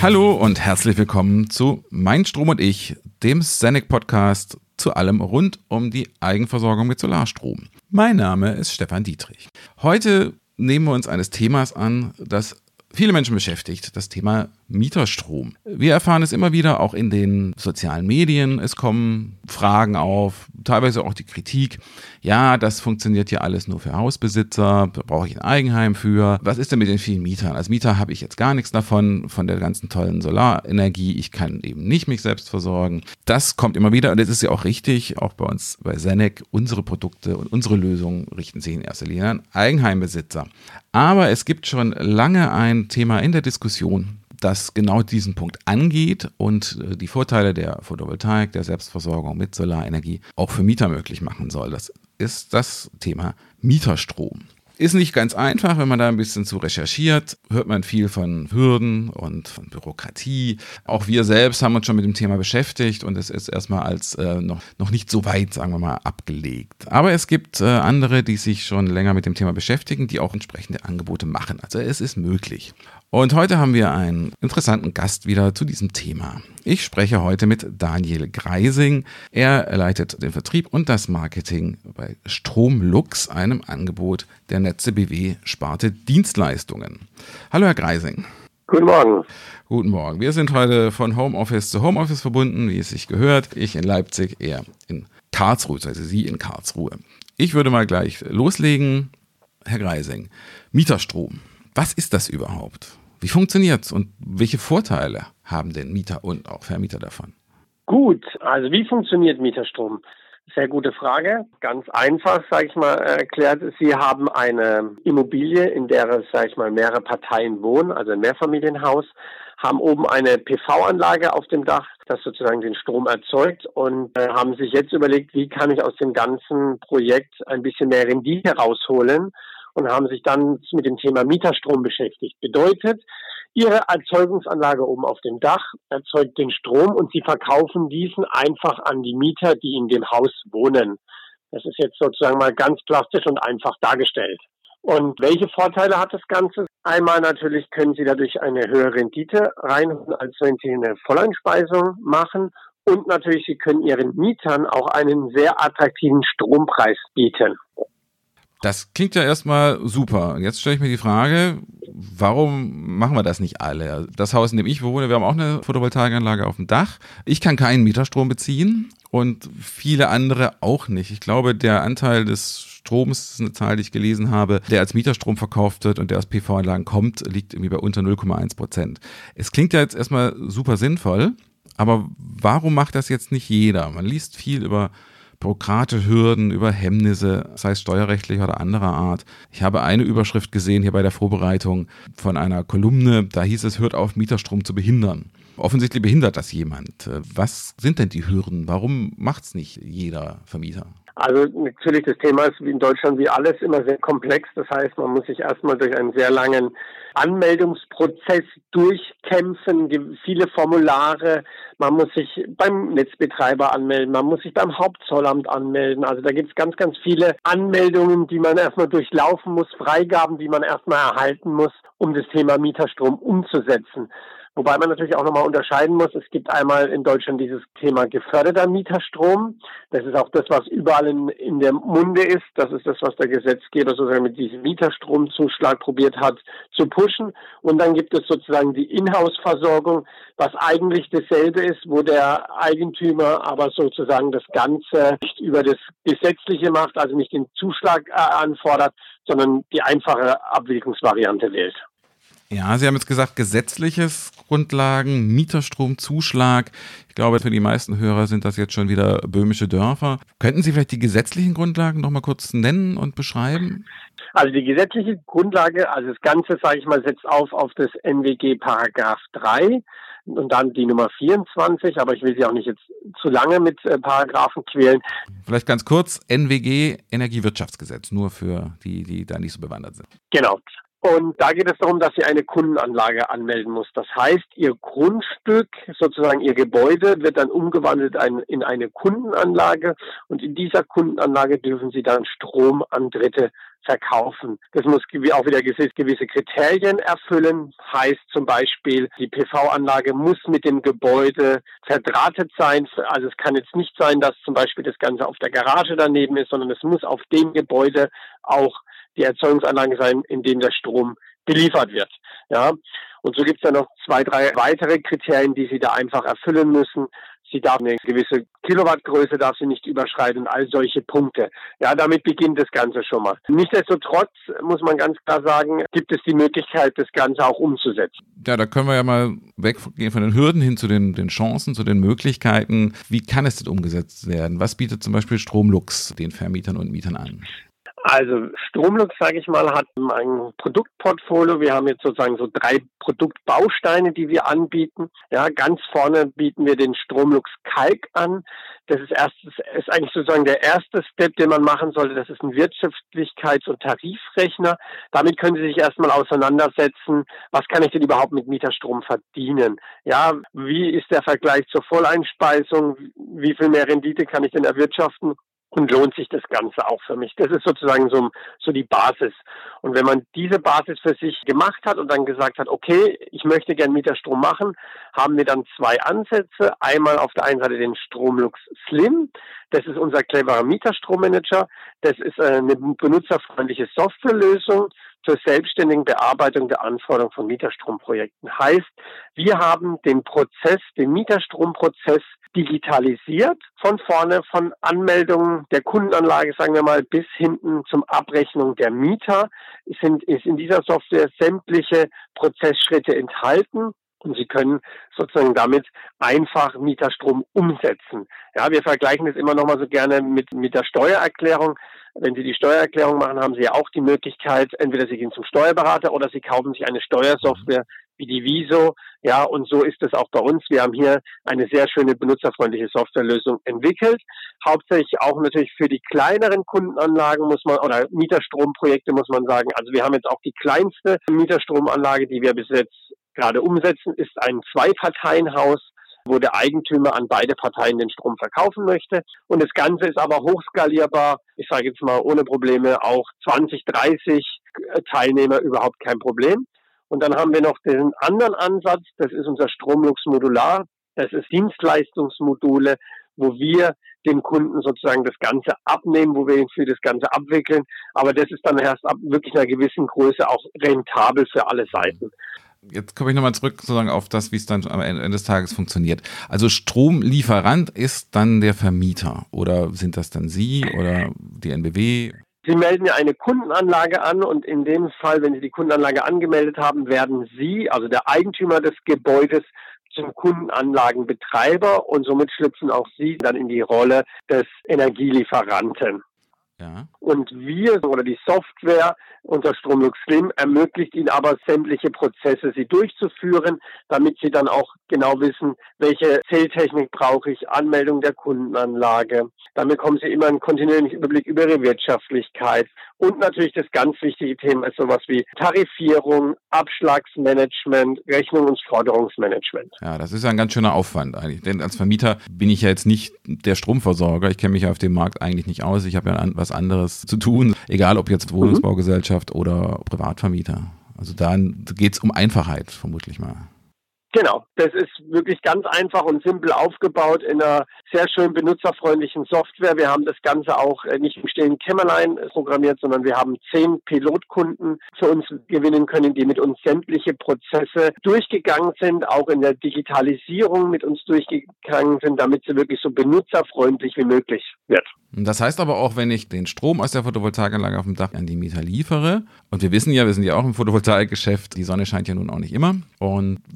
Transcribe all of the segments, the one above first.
Hallo und herzlich willkommen zu Mein Strom und ich, dem Senec-Podcast zu allem rund um die Eigenversorgung mit Solarstrom. Mein Name ist Stefan Dietrich. Heute nehmen wir uns eines Themas an, das viele Menschen beschäftigt, das Thema Mieterstrom. Wir erfahren es immer wieder, auch in den sozialen Medien. Es kommen Fragen auf, teilweise auch die Kritik. Ja, das funktioniert ja alles nur für Hausbesitzer, da brauche ich ein Eigenheim für. Was ist denn mit den vielen Mietern? Als Mieter habe ich jetzt gar nichts davon, von der ganzen tollen Solarenergie. Ich kann eben nicht mich selbst versorgen. Das kommt immer wieder und das ist ja auch richtig, auch bei uns bei Senec. Unsere Produkte und unsere Lösungen richten sich in erster Linie an Eigenheimbesitzer. Aber es gibt schon lange ein Thema in der Diskussion, das genau diesen Punkt angeht und die Vorteile der Photovoltaik, der Selbstversorgung mit Solarenergie auch für Mieter möglich machen soll. Das ist das Thema Mieterstrom. Ist nicht ganz einfach, wenn man da ein bisschen zu recherchiert, hört man viel von Hürden und von Bürokratie. Auch wir selbst haben uns schon mit dem Thema beschäftigt und es ist erstmal als noch nicht so weit, sagen wir mal, abgelegt. Aber es gibt andere, die sich schon länger mit dem Thema beschäftigen, die auch entsprechende Angebote machen. Also es ist möglich. Und heute haben wir einen interessanten Gast wieder zu diesem Thema. Ich spreche heute mit Daniel Greising. Er leitet den Vertrieb und das Marketing bei Stromlux, einem Angebot der Netze BW Sparte Dienstleistungen. Hallo Herr Greising. Guten Morgen. Guten Morgen. Wir sind heute von Homeoffice zu Homeoffice verbunden, wie es sich gehört. Ich in Leipzig, er in Karlsruhe, also Sie in Karlsruhe. Ich würde mal gleich loslegen. Herr Greising, Mieterstrom. Was ist das überhaupt? Wie funktioniert's und welche Vorteile haben denn Mieter und auch Vermieter davon? Gut, also wie funktioniert Mieterstrom? Sehr gute Frage. Ganz einfach, sage ich mal, erklärt. Sie haben eine Immobilie, in der, sage ich mal, mehrere Parteien wohnen, also ein Mehrfamilienhaus, haben oben eine PV-Anlage auf dem Dach, das sozusagen den Strom erzeugt und haben sich jetzt überlegt, wie kann ich aus dem ganzen Projekt ein bisschen mehr Rendite rausholen und haben sich dann mit dem Thema Mieterstrom beschäftigt. Bedeutet, Ihre Erzeugungsanlage oben auf dem Dach erzeugt den Strom und Sie verkaufen diesen einfach an die Mieter, die in dem Haus wohnen. Das ist jetzt sozusagen mal ganz plastisch und einfach dargestellt. Und welche Vorteile hat das Ganze? Einmal natürlich können Sie dadurch eine höhere Rendite reinholen, als wenn Sie eine Volleinspeisung machen. Und natürlich, Sie können Ihren Mietern auch einen sehr attraktiven Strompreis bieten. Das klingt ja erstmal super. Jetzt stelle ich mir die Frage, warum machen wir das nicht alle? Das Haus, in dem ich wohne, wir haben auch eine Photovoltaikanlage auf dem Dach. Ich kann keinen Mieterstrom beziehen und viele andere auch nicht. Ich glaube, der Anteil des Stroms, das ist eine Zahl, die ich gelesen habe, der als Mieterstrom verkauft wird und der aus PV-Anlagen kommt, liegt irgendwie bei unter 0,1%. Es klingt ja jetzt erstmal super sinnvoll, aber warum macht das jetzt nicht jeder? Man liest viel über bürokratische Hürden, über Hemmnisse, sei es steuerrechtlich oder anderer Art. Ich habe eine Überschrift gesehen hier bei der Vorbereitung von einer Kolumne, da hieß es, hört auf, Mieterstrom zu behindern. Offensichtlich behindert das jemand. Was sind denn die Hürden? Warum macht es nicht jeder Vermieter? Also natürlich, das Thema ist wie in Deutschland wie alles immer sehr komplex. Das heißt, man muss sich erstmal durch einen sehr langen Anmeldungsprozess durchkämpfen, viele Formulare. Man muss sich beim Netzbetreiber anmelden, man muss sich beim Hauptzollamt anmelden. Also da gibt es ganz, ganz viele Anmeldungen, die man erstmal durchlaufen muss, Freigaben, die man erstmal erhalten muss, um das Thema Mieterstrom umzusetzen. Wobei man natürlich auch nochmal unterscheiden muss, es gibt einmal in Deutschland dieses Thema geförderter Mieterstrom. Das ist auch das, was überall in der Munde ist. Das ist das, was der Gesetzgeber sozusagen mit diesem Mieterstromzuschlag probiert hat zu pushen. Und dann gibt es sozusagen die Inhouse-Versorgung, was eigentlich dasselbe ist, wo der Eigentümer aber sozusagen das Ganze nicht über das Gesetzliche macht, also nicht den Zuschlag anfordert, sondern die einfache Abwicklungsvariante wählt. Ja, Sie haben jetzt gesagt, gesetzliches Grundlagen, Mieterstromzuschlag. Ich glaube, für die meisten Hörer sind das jetzt schon wieder böhmische Dörfer. Könnten Sie vielleicht die gesetzlichen Grundlagen noch mal kurz nennen und beschreiben? Also die gesetzliche Grundlage, also das Ganze, sage ich mal, setzt auf das NWG Paragraph 3 und dann die Nummer 24, aber ich will Sie auch nicht jetzt zu lange mit Paragraphen quälen. Vielleicht ganz kurz, NWG, Energiewirtschaftsgesetz, nur für die da nicht so bewandert sind. Genau. Und da geht es darum, dass Sie eine Kundenanlage anmelden muss. Das heißt, Ihr Grundstück, sozusagen Ihr Gebäude, wird dann umgewandelt in eine Kundenanlage. Und in dieser Kundenanlage dürfen Sie dann Strom an Dritte verkaufen. Das muss auch wieder gewisse Kriterien erfüllen. Heißt zum Beispiel, die PV-Anlage muss mit dem Gebäude verdrahtet sein. Also es kann jetzt nicht sein, dass zum Beispiel das Ganze auf der Garage daneben ist, sondern es muss auf dem Gebäude auch die Erzeugungsanlage sein, in dem der Strom geliefert wird. Ja. Und so gibt es dann noch 2, 3 weitere Kriterien, die Sie da einfach erfüllen müssen. Sie darf eine gewisse Kilowattgröße darf sie nicht überschreiten, all solche Punkte. Ja, damit beginnt das Ganze schon mal. Nichtsdestotrotz muss man ganz klar sagen, gibt es die Möglichkeit, das Ganze auch umzusetzen. Ja, da können wir ja mal weggehen von den Hürden hin zu den Chancen, zu den Möglichkeiten. Wie kann es denn umgesetzt werden? Was bietet zum Beispiel Stromlux den Vermietern und Mietern an? Also Stromlux, sage ich mal, hat ein Produktportfolio. Wir haben jetzt sozusagen so 3 Produktbausteine, die wir anbieten. Ja, ganz vorne bieten wir den Stromlux Kalk an. Das ist eigentlich sozusagen der erste Step, den man machen sollte. Das ist ein Wirtschaftlichkeits- und Tarifrechner. Damit können Sie sich erstmal auseinandersetzen, was kann ich denn überhaupt mit Mieterstrom verdienen? Ja, wie ist der Vergleich zur Volleinspeisung? Wie viel mehr Rendite kann ich denn erwirtschaften? Und lohnt sich das Ganze auch für mich? Das ist sozusagen so die Basis. Und wenn man diese Basis für sich gemacht hat und dann gesagt hat, okay, ich möchte gern Mieterstrom machen, haben wir dann 2 Ansätze. Einmal auf der einen Seite den Stromlux Slim. Das ist unser cleverer Mieterstrommanager. Das ist eine benutzerfreundliche Softwarelösung zur selbstständigen Bearbeitung der Anforderungen von Mieterstromprojekten. Heißt, wir haben den Mieterstromprozess digitalisiert, von vorne, von Anmeldung der Kundenanlage, sagen wir mal, bis hinten zum Abrechnung der Mieter, ist in dieser Software sämtliche Prozessschritte enthalten. Und Sie können sozusagen damit einfach Mieterstrom umsetzen. Ja, wir vergleichen das immer noch mal so gerne mit der Steuererklärung. Wenn Sie die Steuererklärung machen, haben Sie ja auch die Möglichkeit, entweder Sie gehen zum Steuerberater oder Sie kaufen sich eine Steuersoftware wie die Wieso. Ja, und so ist es auch bei uns. Wir haben hier eine sehr schöne benutzerfreundliche Softwarelösung entwickelt. Hauptsächlich auch natürlich für die kleineren Kundenanlagen oder Mieterstromprojekte muss man sagen. Also wir haben jetzt auch die kleinste Mieterstromanlage, die wir bis jetzt gerade umsetzen, ist ein 2-Parteien-Haus, wo der Eigentümer an beide Parteien den Strom verkaufen möchte. Und das Ganze ist aber hochskalierbar. Ich sage jetzt mal ohne Probleme auch 20, 30 Teilnehmer überhaupt kein Problem. Und dann haben wir noch den anderen Ansatz, das ist unser Stromlux Modular. Das ist Dienstleistungsmodule, wo wir dem Kunden sozusagen das Ganze abnehmen, wo wir ihn für das Ganze abwickeln. Aber das ist dann erst ab wirklich einer gewissen Größe auch rentabel für alle Seiten. Jetzt komme ich nochmal zurück sozusagen auf das, wie es dann am Ende des Tages funktioniert. Also Stromlieferant ist dann der Vermieter oder sind das dann Sie oder die NBW? Sie melden ja eine Kundenanlage an und in dem Fall, wenn Sie die Kundenanlage angemeldet haben, werden Sie, also der Eigentümer des Gebäudes, zum Kundenanlagenbetreiber und somit schlüpfen auch Sie dann in die Rolle des Energielieferanten. Ja. Und wir oder die Software, unser Stromlux Slim, ermöglicht Ihnen aber sämtliche Prozesse, sie durchzuführen, damit Sie dann auch genau wissen, welche Zähltechnik brauche ich, Anmeldung der Kundenanlage. Damit bekommen Sie immer einen kontinuierlichen Überblick über Ihre Wirtschaftlichkeit. Und natürlich das ganz wichtige Thema ist sowas wie Tarifierung, Abschlagsmanagement, Rechnung und Forderungsmanagement. Ja, das ist ja ein ganz schöner Aufwand eigentlich. Denn als Vermieter bin ich ja jetzt nicht der Stromversorger. Ich kenne mich ja auf dem Markt eigentlich nicht aus. Ich habe ja was anderes zu tun, egal ob jetzt Wohnungsbaugesellschaft oder Privatvermieter. Also da geht es um Einfachheit, vermutlich mal. Genau, das ist wirklich ganz einfach und simpel aufgebaut in einer sehr schön benutzerfreundlichen Software. Wir haben das Ganze auch nicht im stillen Kämmerlein programmiert, sondern wir haben 10 Pilotkunden für uns gewinnen können, die mit uns sämtliche Prozesse durchgegangen sind, auch in der Digitalisierung mit uns durchgegangen sind, damit sie wirklich so benutzerfreundlich wie möglich wird. Das heißt aber auch, wenn ich den Strom aus der Photovoltaikanlage auf dem Dach an die Mieter liefere, und wir sind ja auch im Photovoltaikgeschäft, die Sonne scheint ja nun auch nicht immer, und wenn ich jetzt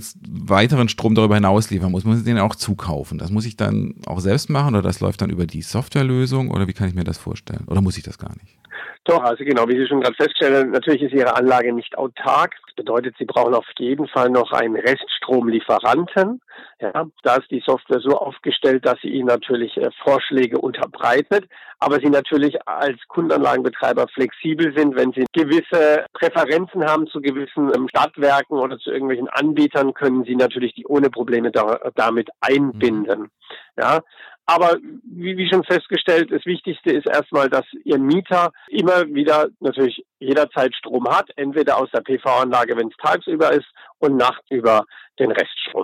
jetzt weiteren Strom darüber hinaus liefern muss ich den auch zukaufen. Das muss ich dann auch selbst machen oder das läuft dann über die Softwarelösung oder wie kann ich mir das vorstellen? Oder muss ich das gar nicht? Doch, also genau, wie Sie schon gerade feststellen, natürlich ist Ihre Anlage nicht autark. Das bedeutet, Sie brauchen auf jeden Fall noch einen Reststromlieferanten. Ja, da ist die Software so aufgestellt, dass sie Ihnen natürlich Vorschläge unterbreitet, aber Sie natürlich als Kundenanlagenbetreiber flexibel sind. Wenn Sie gewisse Präferenzen haben zu gewissen Stadtwerken oder zu irgendwelchen Anbietern, können Sie natürlich die ohne Probleme damit einbinden. Ja, aber wie schon festgestellt, das Wichtigste ist erstmal, dass Ihr Mieter immer wieder natürlich jederzeit Strom hat, entweder aus der PV-Anlage, wenn es tagsüber ist, und nachts über den Reststrom.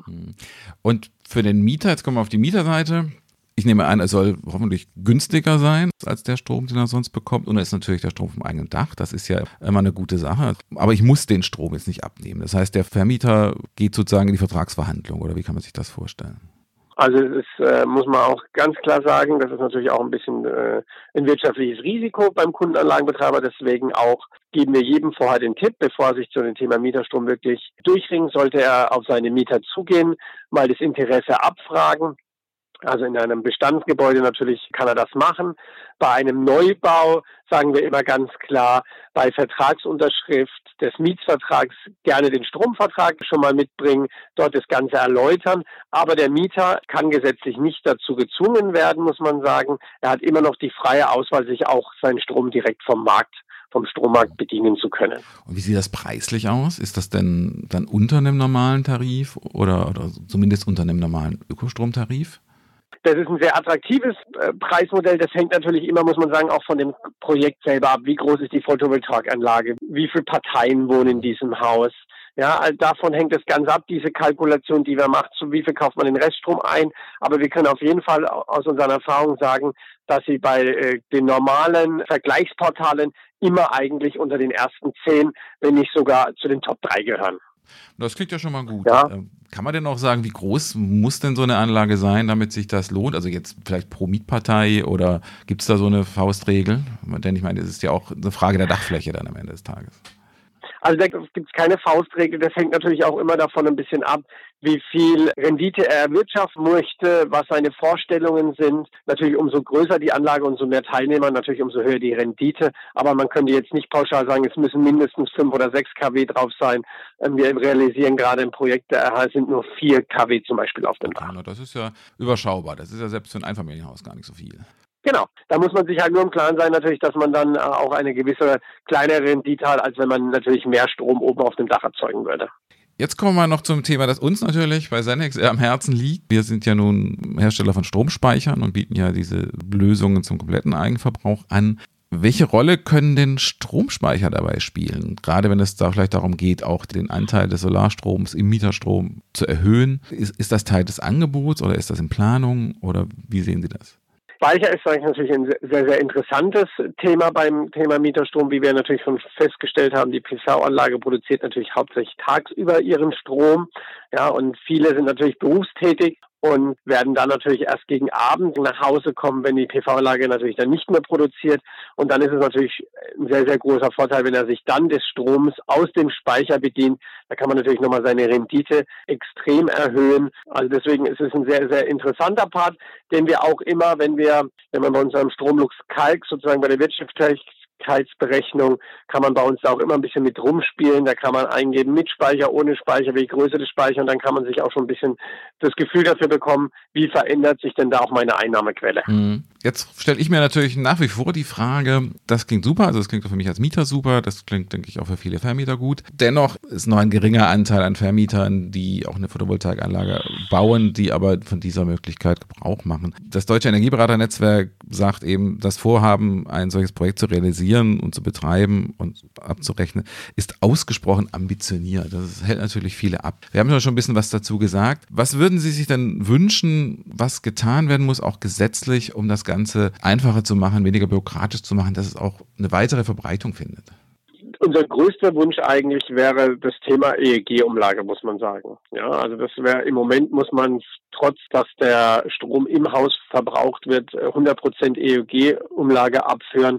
Und für den Mieter, jetzt kommen wir auf die Mieterseite. Ich nehme an, es soll hoffentlich günstiger sein als der Strom, den er sonst bekommt. Und da ist natürlich der Strom vom eigenen Dach. Das ist ja immer eine gute Sache. Aber ich muss den Strom jetzt nicht abnehmen. Das heißt, der Vermieter geht sozusagen in die Vertragsverhandlung. Oder wie kann man sich das vorstellen? Also es muss man auch ganz klar sagen, das ist natürlich auch ein bisschen ein wirtschaftliches Risiko beim Kundenanlagenbetreiber. Deswegen auch geben wir jedem vorher den Tipp, bevor er sich zu dem Thema Mieterstrom wirklich durchringt, sollte er auf seine Mieter zugehen, mal das Interesse abfragen. Also in einem Bestandsgebäude natürlich kann er das machen. Bei einem Neubau sagen wir immer ganz klar, bei Vertragsunterschrift des Mietvertrags gerne den Stromvertrag schon mal mitbringen, dort das Ganze erläutern. Aber der Mieter kann gesetzlich nicht dazu gezwungen werden, muss man sagen. Er hat immer noch die freie Auswahl, sich auch seinen Strom direkt vom Strommarkt bedienen zu können. Und wie sieht das preislich aus? Ist das denn dann unter einem normalen Tarif oder zumindest unter einem normalen Ökostromtarif? Das ist ein sehr attraktives Preismodell. Das hängt natürlich immer, muss man sagen, auch von dem Projekt selber ab. Wie groß ist die Photovoltaikanlage? Wie viele Parteien wohnen in diesem Haus? Ja, also davon hängt es ganz ab, diese Kalkulation, die wir machen, zu wie viel kauft man den Reststrom ein. Aber wir können auf jeden Fall aus unseren Erfahrungen sagen, dass sie bei den normalen Vergleichsportalen immer eigentlich unter den ersten 10, wenn nicht sogar zu den Top 3 gehören. Das klingt ja schon mal gut. Ja. Kann man denn auch sagen, wie groß muss denn so eine Anlage sein, damit sich das lohnt? Also jetzt vielleicht pro Mietpartei oder gibt es da so eine Faustregel? Denn ich meine, es ist ja auch eine Frage der Dachfläche dann am Ende des Tages. Also da gibt es keine Faustregel. Das hängt natürlich auch immer davon ein bisschen ab, wie viel Rendite er erwirtschaften möchte, was seine Vorstellungen sind. Natürlich umso größer die Anlage, umso mehr Teilnehmer, natürlich umso höher die Rendite. Aber man könnte jetzt nicht pauschal sagen, es müssen mindestens 5 oder 6 kW drauf sein. Wir realisieren gerade im Projekt, es sind nur 4 kW zum Beispiel auf dem Dach. Das ist ja überschaubar. Das ist ja selbst für ein Einfamilienhaus gar nicht so viel. Genau, da muss man sich halt nur im Klaren sein natürlich, dass man dann auch eine gewisse kleinere Rendite hat, als wenn man natürlich mehr Strom oben auf dem Dach erzeugen würde. Jetzt kommen wir noch zum Thema, das uns natürlich bei Senexx sehr am Herzen liegt. Wir sind ja nun Hersteller von Stromspeichern und bieten ja diese Lösungen zum kompletten Eigenverbrauch an. Welche Rolle können denn Stromspeicher dabei spielen? Gerade wenn es da vielleicht darum geht, auch den Anteil des Solarstroms im Mieterstrom zu erhöhen. Ist das Teil des Angebots oder ist das in Planung oder wie sehen Sie das? Speicher ist eigentlich natürlich ein sehr, sehr interessantes Thema beim Thema Mieterstrom, wie wir natürlich schon festgestellt haben. Die PV-Anlage produziert natürlich hauptsächlich tagsüber ihren Strom. Ja, und viele sind natürlich berufstätig und werden dann natürlich erst gegen Abend nach Hause kommen, wenn die PV-Anlage natürlich dann nicht mehr produziert. Und dann ist es natürlich ein sehr, sehr großer Vorteil, wenn er sich dann des Stroms aus dem Speicher bedient. Da kann man natürlich nochmal seine Rendite extrem erhöhen. Also deswegen ist es ein sehr, sehr interessanter Part, den wir auch immer, wenn man bei unserem Stromlux Kalk sozusagen bei der Wirtschaftlichkeitsberechnung, kann man bei uns da auch immer ein bisschen mit rumspielen. Da kann man eingeben mit Speicher, ohne Speicher, wie Größe des Speichers. Und dann kann man sich auch schon ein bisschen das Gefühl dafür bekommen, wie verändert sich denn da auch meine Einnahmequelle. Jetzt stelle ich mir natürlich nach wie vor die Frage, das klingt super, also das klingt auch für mich als Mieter super, das klingt, denke ich, auch für viele Vermieter gut. Dennoch ist noch ein geringer Anteil an Vermietern, die auch eine Photovoltaikanlage bauen, die aber von dieser Möglichkeit Gebrauch machen. Das Deutsche Energieberaternetzwerk sagt eben, das Vorhaben, ein solches Projekt zu realisieren und zu betreiben und abzurechnen, ist ausgesprochen ambitioniert. Das hält natürlich viele ab. Wir haben ja schon ein bisschen was dazu gesagt. Was würden Sie sich denn wünschen, was getan werden muss, auch gesetzlich, um das Ganze einfacher zu machen, weniger bürokratisch zu machen, dass es auch eine weitere Verbreitung findet? Unser größter Wunsch eigentlich wäre das Thema EEG-Umlage, muss man sagen. Ja, also das wäre im Moment, muss man trotz, dass der Strom im Haus verbraucht wird, 100% EEG-Umlage abführen.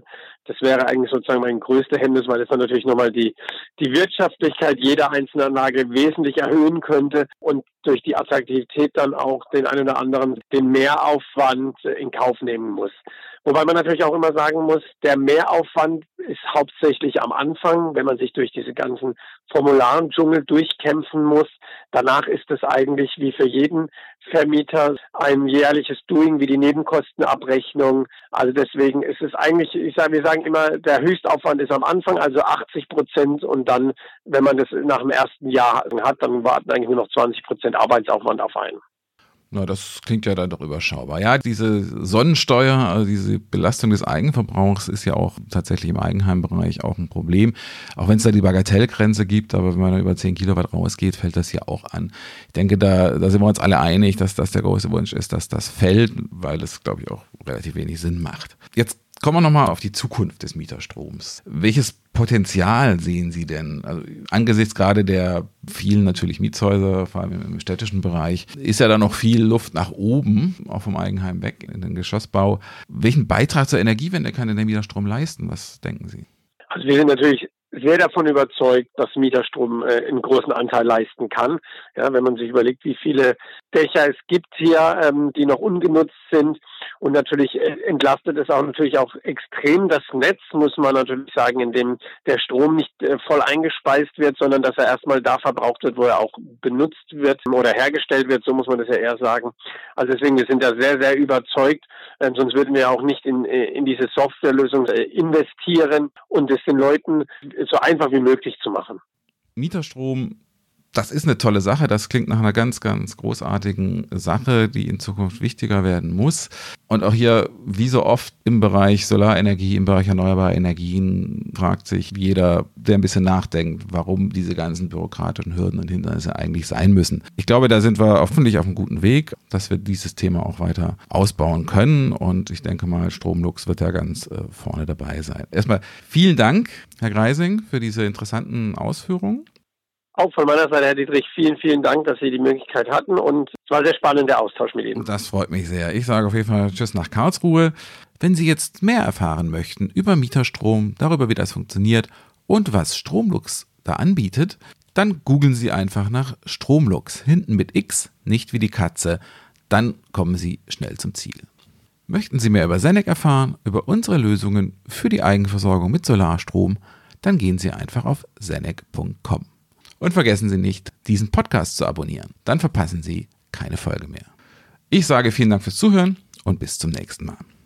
Das wäre eigentlich sozusagen mein größter Hemmnis, weil es dann natürlich nochmal die Wirtschaftlichkeit jeder einzelnen Anlage wesentlich erhöhen könnte und durch die Attraktivität dann auch den einen oder anderen den Mehraufwand in Kauf nehmen muss. Wobei man natürlich auch immer sagen muss, der Mehraufwand ist hauptsächlich am Anfang, wenn man sich durch diese ganzen Formularen-Dschungel durchkämpfen muss. Danach ist es eigentlich wie für jeden Vermieter ein jährliches Doing, wie die Nebenkostenabrechnung. Also deswegen ist es eigentlich, wir sagen immer, der Höchstaufwand ist am Anfang, also 80%, und dann, wenn man das nach dem ersten Jahr hat, dann warten eigentlich nur noch 20% Arbeitsaufwand auf einen. Na, das klingt ja dann doch überschaubar. Ja, diese Sonnensteuer, also diese Belastung des Eigenverbrauchs ist ja auch tatsächlich im Eigenheimbereich auch ein Problem. Auch wenn es da die Bagatellgrenze gibt, aber wenn man da über 10 Kilowatt rausgeht, fällt das ja auch an. Ich denke, da sind wir uns alle einig, dass das der große Wunsch ist, dass das fällt, weil das, glaube ich, auch relativ wenig Sinn macht. Jetzt kommen wir nochmal auf die Zukunft des Mieterstroms. Welches Potenzial sehen Sie denn? Also angesichts gerade der vielen natürlich Mietshäuser, vor allem im städtischen Bereich, ist ja da noch viel Luft nach oben, auch vom Eigenheim weg in den Geschossbau. Welchen Beitrag zur Energiewende kann denn der Mieterstrom leisten? Was denken Sie? Also wir sind natürlich sehr davon überzeugt, dass Mieterstrom einen großen Anteil leisten kann. Ja, wenn man sich überlegt, wie viele Dächer es gibt hier, die noch ungenutzt sind. Und natürlich entlastet es auch natürlich auch extrem das Netz, muss man natürlich sagen, in dem der Strom nicht voll eingespeist wird, sondern dass er erstmal da verbraucht wird, wo er auch benutzt wird oder hergestellt wird, so muss man das ja eher sagen. Also deswegen, wir sind da sehr, sehr überzeugt, sonst würden wir auch nicht in diese Softwarelösung investieren und es den Leuten so einfach wie möglich zu machen. Mieterstrom, das ist eine tolle Sache. Das klingt nach einer ganz, ganz großartigen Sache, die in Zukunft wichtiger werden muss. Und auch hier, wie so oft im Bereich Solarenergie, im Bereich erneuerbare Energien, fragt sich jeder, der ein bisschen nachdenkt, warum diese ganzen bürokratischen Hürden und Hindernisse eigentlich sein müssen. Ich glaube, da sind wir hoffentlich auf einem guten Weg, dass wir dieses Thema auch weiter ausbauen können. Und ich denke mal, Stromlux wird ja ganz vorne dabei sein. Erstmal vielen Dank, Herr Greising, für diese interessanten Ausführungen. Auch von meiner Seite, Herr Dietrich, vielen, vielen Dank, dass Sie die Möglichkeit hatten, und es war sehr spannend, der Austausch mit Ihnen. Das freut mich sehr. Ich sage auf jeden Fall Tschüss nach Karlsruhe. Wenn Sie jetzt mehr erfahren möchten über Mieterstrom, darüber, wie das funktioniert und was Stromlux da anbietet, dann googeln Sie einfach nach Stromlux, hinten mit X, nicht wie die Katze, dann kommen Sie schnell zum Ziel. Möchten Sie mehr über Senec erfahren, über unsere Lösungen für die Eigenversorgung mit Solarstrom, dann gehen Sie einfach auf senec.com. Und vergessen Sie nicht, diesen Podcast zu abonnieren. Dann verpassen Sie keine Folge mehr. Ich sage vielen Dank fürs Zuhören und bis zum nächsten Mal.